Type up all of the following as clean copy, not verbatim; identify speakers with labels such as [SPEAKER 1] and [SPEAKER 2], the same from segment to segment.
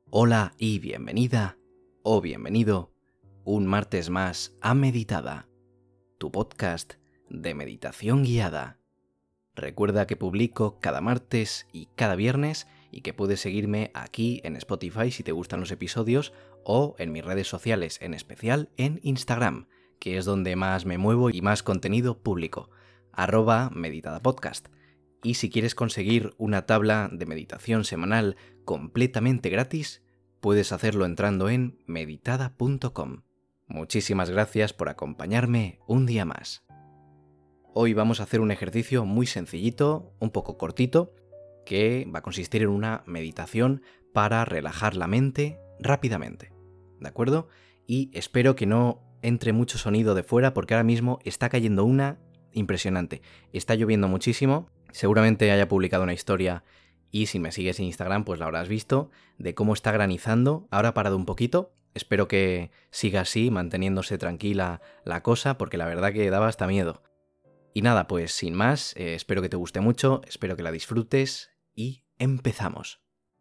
[SPEAKER 1] Hola y bienvenida o bienvenido un martes más a Meditada, tu podcast de meditación guiada. Recuerda que publico cada martes y cada viernes y que puedes seguirme aquí en Spotify si te gustan los episodios o en mis redes sociales, en especial en Instagram, que es donde más me muevo y más contenido publico, @meditadapodcast. Y si quieres conseguir una tabla de meditación semanal completamente gratis, puedes hacerlo entrando en meditada.com. Muchísimas gracias por acompañarme un día más. Hoy vamos a hacer un ejercicio muy sencillito, un poco cortito, que va a consistir en una meditación para relajar la mente rápidamente, ¿de acuerdo? Y espero que no entre mucho sonido de fuera porque ahora mismo está cayendo una impresionante. Está lloviendo muchísimo, seguramente haya publicado una historia y si me sigues en Instagram pues la habrás visto, de cómo está granizando. Ahora ha parado un poquito, espero que siga así, manteniéndose tranquila la cosa, porque la verdad que daba hasta miedo. Y nada, pues sin más, espero que te guste mucho, espero que la disfrutes y empezamos.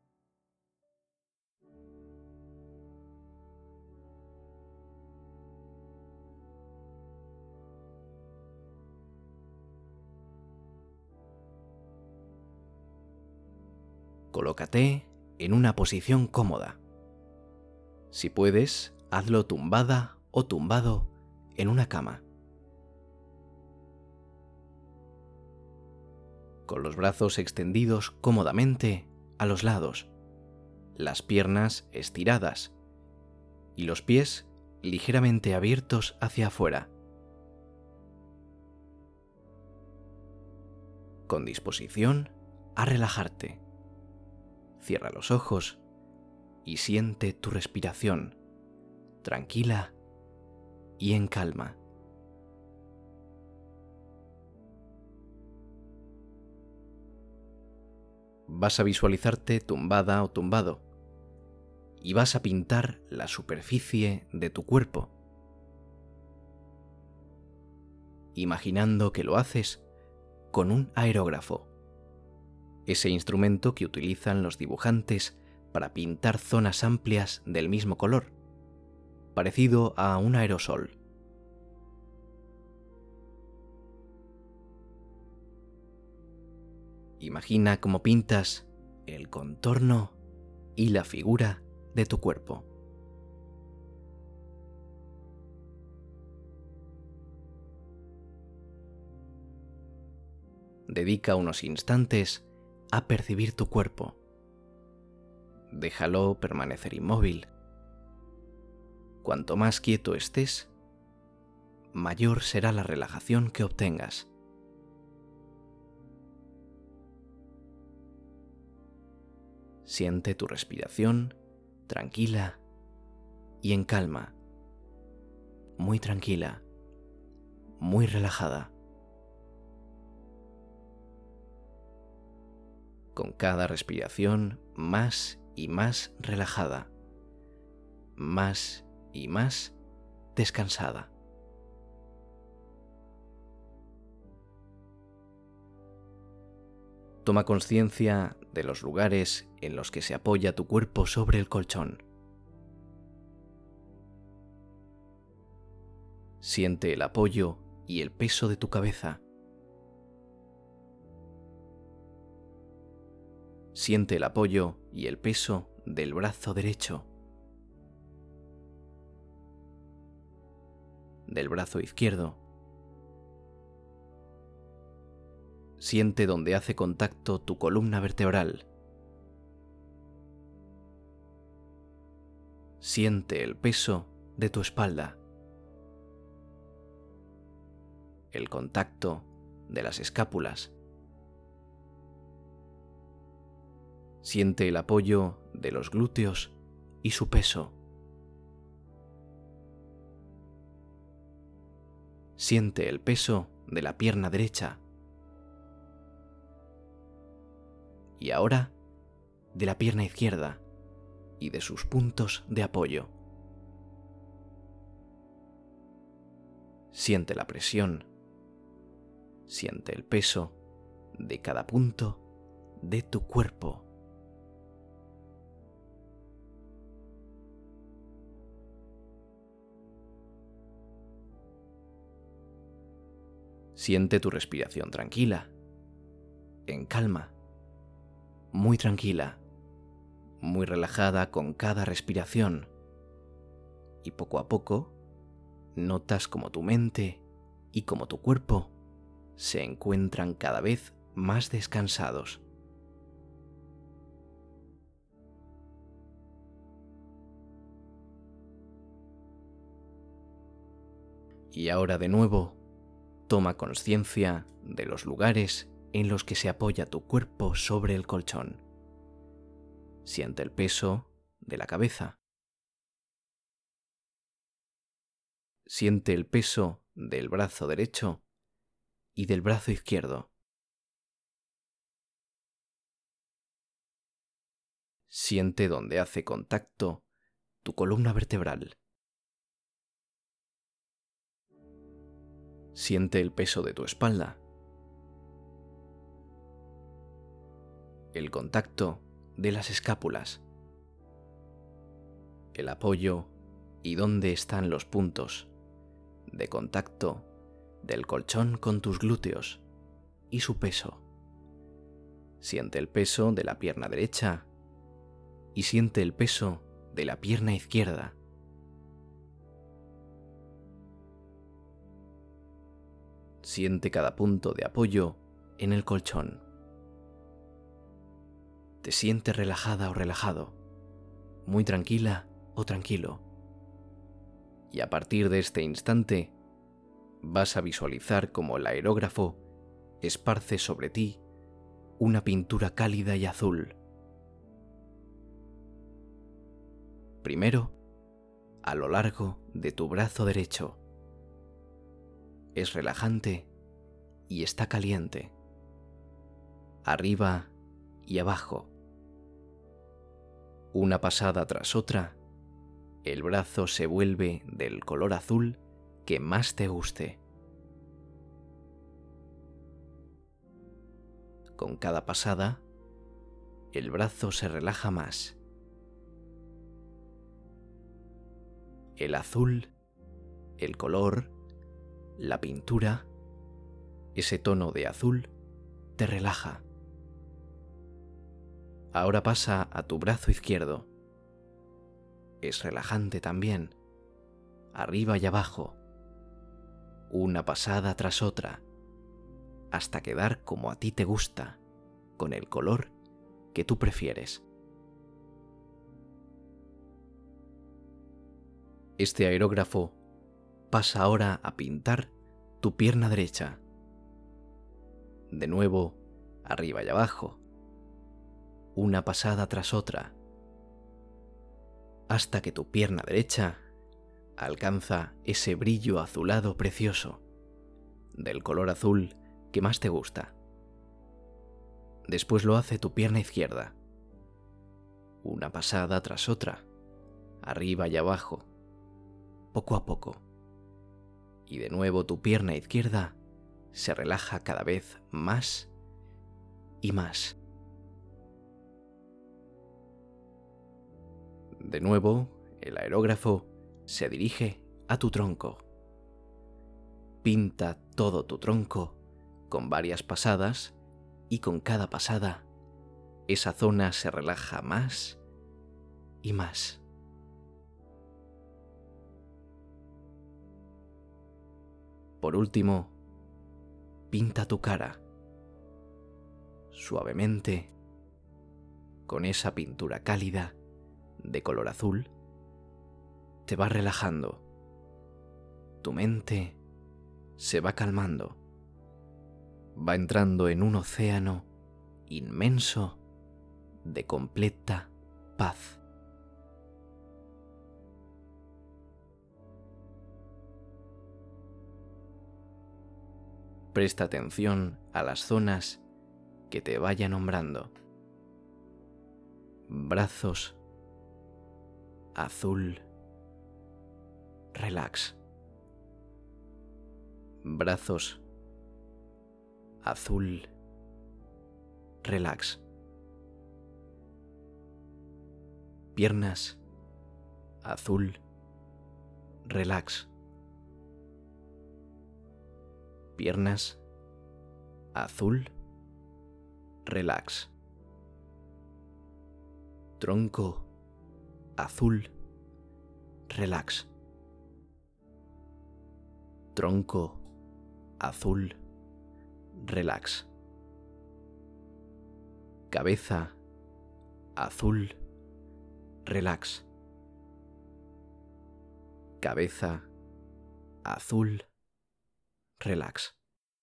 [SPEAKER 1] Colócate en una posición cómoda. Si puedes, hazlo tumbada o tumbado en una cama. Con los brazos extendidos cómodamente a los lados, las piernas estiradas y los pies ligeramente abiertos hacia afuera. Con disposición a relajarte. Cierra los ojos y siente tu respiración, tranquila y en calma. Vas a visualizarte tumbada o tumbado y vas a pintar la superficie de tu cuerpo, imaginando que lo haces con un aerógrafo, ese instrumento que utilizan los dibujantes para pintar zonas amplias del mismo color, parecido a un aerosol. Imagina cómo pintas el contorno y la figura de tu cuerpo. Dedica unos instantes a percibir tu cuerpo. Déjalo permanecer inmóvil. Cuanto más quieto estés, mayor será la relajación que obtengas. Siente tu respiración tranquila y en calma, muy tranquila, muy relajada. Con cada respiración más y más relajada, más y más descansada. Toma conciencia de los lugares en los que se apoya tu cuerpo sobre el colchón. Siente el apoyo y el peso de tu cabeza. Siente el apoyo y el peso del brazo derecho, del brazo izquierdo. Siente donde hace contacto tu columna vertebral. Siente el peso de tu espalda, el contacto de las escápulas. Siente el apoyo de los glúteos y su peso. Siente el peso de la pierna derecha. Y ahora, de la pierna izquierda y de sus puntos de apoyo. Siente la presión. Siente el peso de cada punto de tu cuerpo. Siente tu respiración tranquila, en calma, muy tranquila, muy relajada con cada respiración. Y poco a poco, notas como tu mente y como tu cuerpo se encuentran cada vez más descansados. Y ahora de nuevo, toma conciencia de los lugares en los que se apoya tu cuerpo sobre el colchón. Siente el peso de la cabeza. Siente el peso del brazo derecho y del brazo izquierdo. Siente donde hace contacto tu columna vertebral. Siente el peso de tu espalda. El contacto de las escápulas. El apoyo y dónde están los puntos de contacto del colchón con tus glúteos y su peso. Siente el peso de la pierna derecha y siente el peso de la pierna izquierda. Siente cada punto de apoyo en el colchón. Te sientes relajada o relajado, muy tranquila o tranquilo. Y a partir de este instante, vas a visualizar cómo el aerógrafo esparce sobre ti una pintura cálida y azul. Primero, a lo largo de tu brazo derecho. Es relajante y está caliente. Arriba y abajo. Una pasada tras otra, el brazo se vuelve del color azul que más te guste. Con cada pasada, el brazo se relaja más. El azul, el color, la pintura, ese tono de azul te relaja. Ahora pasa a tu brazo izquierdo. Es relajante también, arriba y abajo, una pasada tras otra, hasta quedar como a ti te gusta, con el color que tú prefieres. Este aerógrafo pasa ahora a pintar tu pierna derecha. De nuevo, arriba y abajo, una pasada tras otra, hasta que tu pierna derecha alcanza ese brillo azulado precioso, del color azul que más te gusta. Después lo hace tu pierna izquierda, una pasada tras otra, arriba y abajo, poco a poco. Y de nuevo tu pierna izquierda se relaja cada vez más y más. De nuevo, el aerógrafo se dirige a tu tronco. Pinta todo tu tronco con varias pasadas y con cada pasada esa zona se relaja más y más. Por último, pinta tu cara. Suavemente, con esa pintura cálida de color azul, te va relajando. Tu mente se va calmando. Va entrando en un océano inmenso de completa paz. Presta atención a las zonas que te vaya nombrando. Brazos, azul, relax. Brazos, azul, relax. Piernas, azul, relax. Piernas, azul, relax. Tronco azul, relax. Tronco azul, relax. Cabeza azul, relax. Cabeza azul, relax.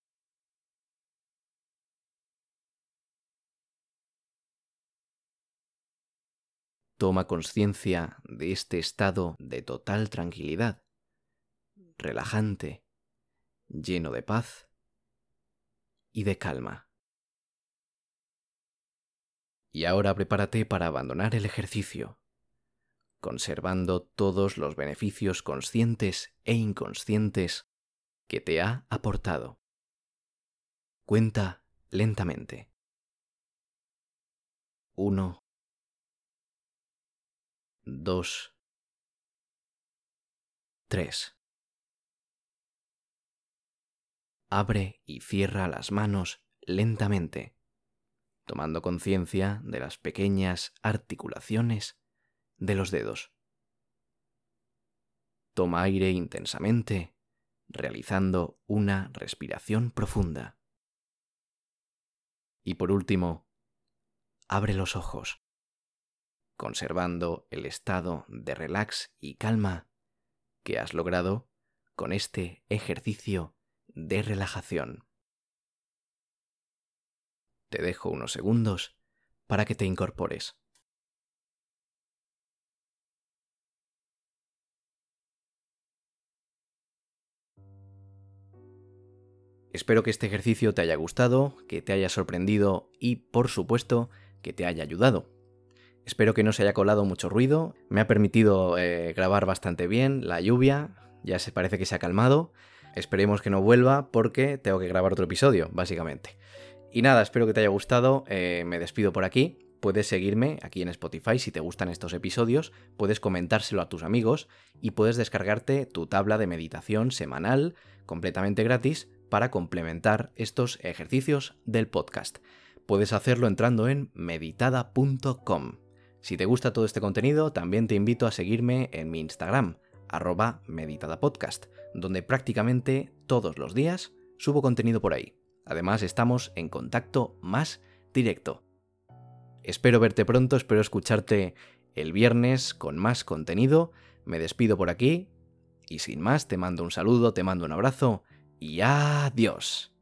[SPEAKER 1] Toma conciencia de este estado de total tranquilidad, relajante, lleno de paz y de calma. Y ahora prepárate para abandonar el ejercicio, conservando todos los beneficios conscientes e inconscientes que te ha aportado. Cuenta lentamente. 1, 2, 3. Abre y cierra las manos lentamente, tomando conciencia de las pequeñas articulaciones de los dedos. Toma aire intensamente, realizando una respiración profunda. Y por último, abre los ojos, conservando el estado de relax y calma que has logrado con este ejercicio de relajación. Te dejo unos segundos para que te incorpores. Espero que este ejercicio te haya gustado, que te haya sorprendido y, por supuesto, que te haya ayudado. Espero que no se haya colado mucho ruido, me ha permitido grabar bastante bien, la lluvia ya parece que se ha calmado, esperemos que no vuelva porque tengo que grabar otro episodio, básicamente. Y nada, espero que te haya gustado, me despido por aquí. Puedes seguirme aquí en Spotify si te gustan estos episodios, puedes comentárselo a tus amigos y puedes descargarte tu tabla de meditación semanal completamente gratis para complementar estos ejercicios del podcast. Puedes hacerlo entrando en meditada.com. Si te gusta todo este contenido, también te invito a seguirme en mi Instagram, @meditadapodcast, donde prácticamente todos los días subo contenido por ahí. Además, estamos en contacto más directo. Espero verte pronto, espero escucharte el viernes con más contenido. Me despido por aquí y sin más te mando un saludo, te mando un abrazo y adiós.